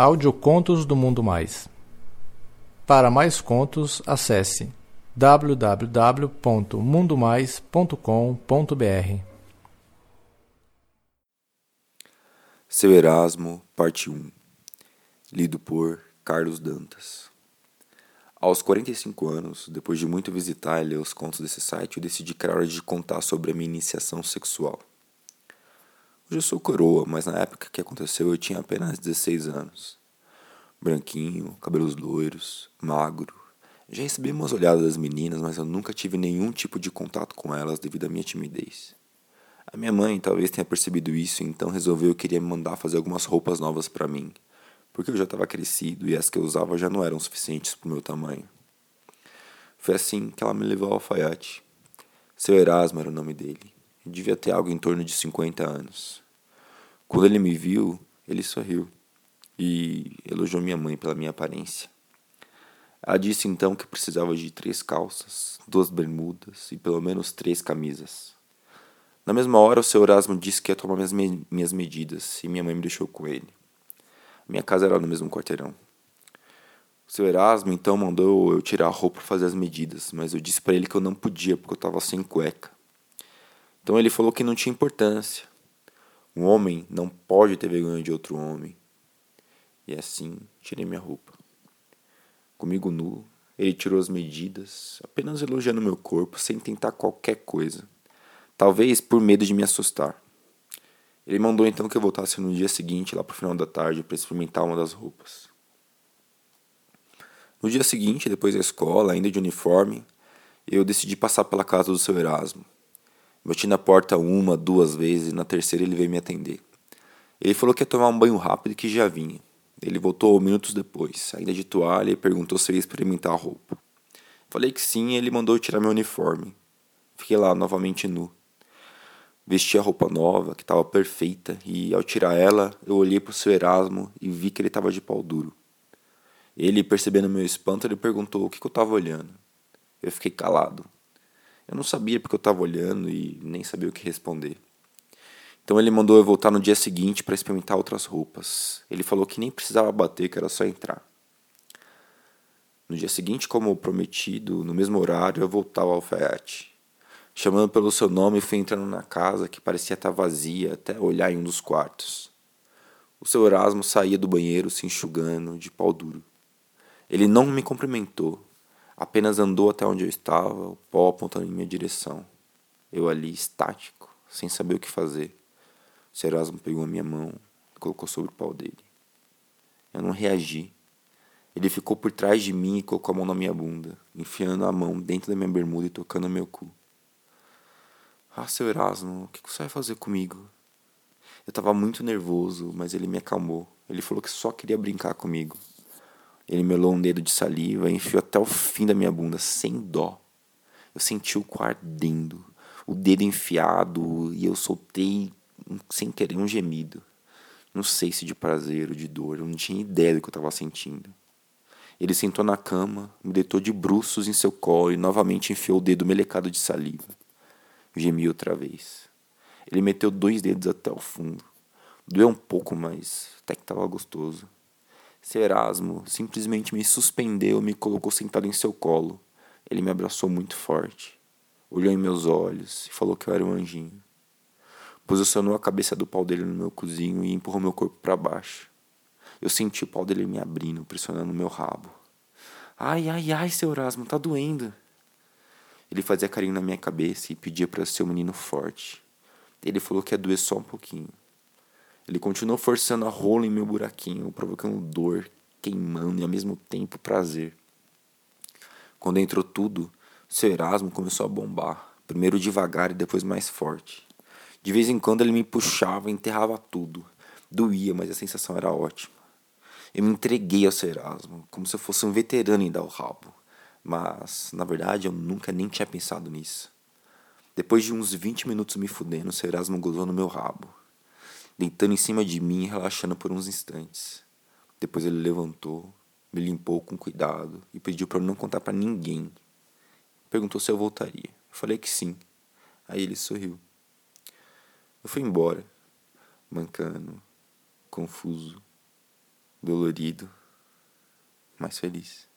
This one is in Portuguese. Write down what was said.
Audiocontos do Mundo Mais. Para mais contos, acesse www.mundomais.com.br. Seu Erasmo, parte 1. Lido por Carlos Dantas. Aos 45 anos, depois de muito visitar e ler os contos desse site, eu decidi que era hora de contar sobre a minha iniciação sexual. Hoje eu sou coroa, mas na época que aconteceu eu tinha apenas 16 anos. Branquinho, cabelos loiros, magro. Já recebi umas olhadas das meninas, mas eu nunca tive nenhum tipo de contato com elas devido à minha timidez. A minha mãe talvez tenha percebido isso, então resolveu que queria me mandar fazer algumas roupas novas pra mim, porque eu já estava crescido e as que eu usava já não eram suficientes pro meu tamanho. Foi assim que ela me levou ao alfaiate. Seu Erasmo era o nome dele. Eu devia ter algo em torno de 50 anos. Quando ele me viu, ele sorriu e elogiou minha mãe pela minha aparência. Ela disse então que precisava de 3 calças, 2 bermudas e pelo menos 3 camisas. Na mesma hora, o seu Erasmo disse que ia tomar minhas medidas e minha mãe me deixou com ele. Minha casa era no mesmo quarteirão. O seu Erasmo então mandou eu tirar a roupa para fazer as medidas, mas eu disse para ele que eu não podia porque eu estava sem cueca. Então ele falou que não tinha importância. Um homem não pode ter vergonha de outro homem. E assim, tirei minha roupa. Comigo nu, ele tirou as medidas, apenas elogiando meu corpo, sem tentar qualquer coisa. Talvez por medo de me assustar. Ele mandou então que eu voltasse no dia seguinte, lá pro final da tarde, para experimentar uma das roupas. No dia seguinte, depois da escola, ainda de uniforme, eu decidi passar pela casa do seu Erasmo. Bati na porta 1, 2 vezes e na terceira ele veio me atender. Ele falou que ia tomar um banho rápido e que já vinha. Ele voltou minutos depois, ainda de toalha, e perguntou se eu ia experimentar a roupa. Falei que sim e ele mandou eu tirar meu uniforme. Fiquei lá novamente nu. Vesti a roupa nova, que estava perfeita, e ao tirar ela, eu olhei para o seu Erasmo e vi que ele estava de pau duro. Ele, percebendo meu espanto, ele perguntou o que eu estava olhando. Eu fiquei calado. Eu não sabia porque eu estava olhando e nem sabia o que responder. Então ele mandou eu voltar no dia seguinte para experimentar outras roupas. Ele falou que nem precisava bater, que era só entrar. No dia seguinte, como prometido, no mesmo horário, eu voltava ao alfaiate. Chamando pelo seu nome, fui entrando na casa, que parecia estar vazia, até olhar em um dos quartos. O seu Erasmo saía do banheiro se enxugando, de pau duro. Ele não me cumprimentou, apenas andou até onde eu estava, o pó apontando em minha direção. Eu ali, estático, sem saber o que fazer. O seu Erasmo pegou a minha mão e colocou sobre o pau dele. Eu não reagi. Ele ficou por trás de mim e colocou a mão na minha bunda, enfiando a mão dentro da minha bermuda e tocando meu cu. Ah, seu Erasmo, o que você vai fazer comigo? Eu estava muito nervoso, mas ele me acalmou. Ele falou que só queria brincar comigo. Ele melou um dedo de saliva e enfiou até o fim da minha bunda, sem dó. Eu senti o cu ardendo, o dedo enfiado, e eu soltei, sem querer, um gemido. Não sei se de prazer ou de dor, eu não tinha ideia do que eu estava sentindo. Ele sentou na cama, me deitou de bruços em seu colo e novamente enfiou o dedo melecado de saliva. Eu gemi outra vez. Ele meteu 2 dedos até o fundo. Doeu um pouco, mas até que estava gostoso. Seu Erasmo simplesmente me suspendeu e me colocou sentado em seu colo. Ele me abraçou muito forte. Olhou em meus olhos e falou que eu era um anjinho. Posicionou a cabeça do pau dele no meu cozinho e empurrou meu corpo para baixo. Eu senti o pau dele me abrindo, pressionando meu rabo. Ai, ai, ai, seu Erasmo, tá doendo. Ele fazia carinho na minha cabeça e pedia para ser um menino forte. Ele falou que ia doer só um pouquinho. Ele continuou forçando a rola em meu buraquinho, provocando dor, queimando e ao mesmo tempo prazer. Quando entrou tudo, seu Erasmo começou a bombar, primeiro devagar e depois mais forte. De vez em quando ele me puxava e enterrava tudo. Doía, mas a sensação era ótima. Eu me entreguei ao seu Erasmo, como se eu fosse um veterano em dar o rabo. Mas, na verdade, eu nunca nem tinha pensado nisso. Depois de uns 20 minutos me fudendo, o seu Erasmo gozou no meu rabo, deitando em cima de mim e relaxando por uns instantes. Depois ele levantou, me limpou com cuidado e pediu para eu não contar para ninguém. Perguntou se eu voltaria. Eu falei que sim. Aí ele sorriu. Eu fui embora, mancando, confuso. dolorido, mas feliz.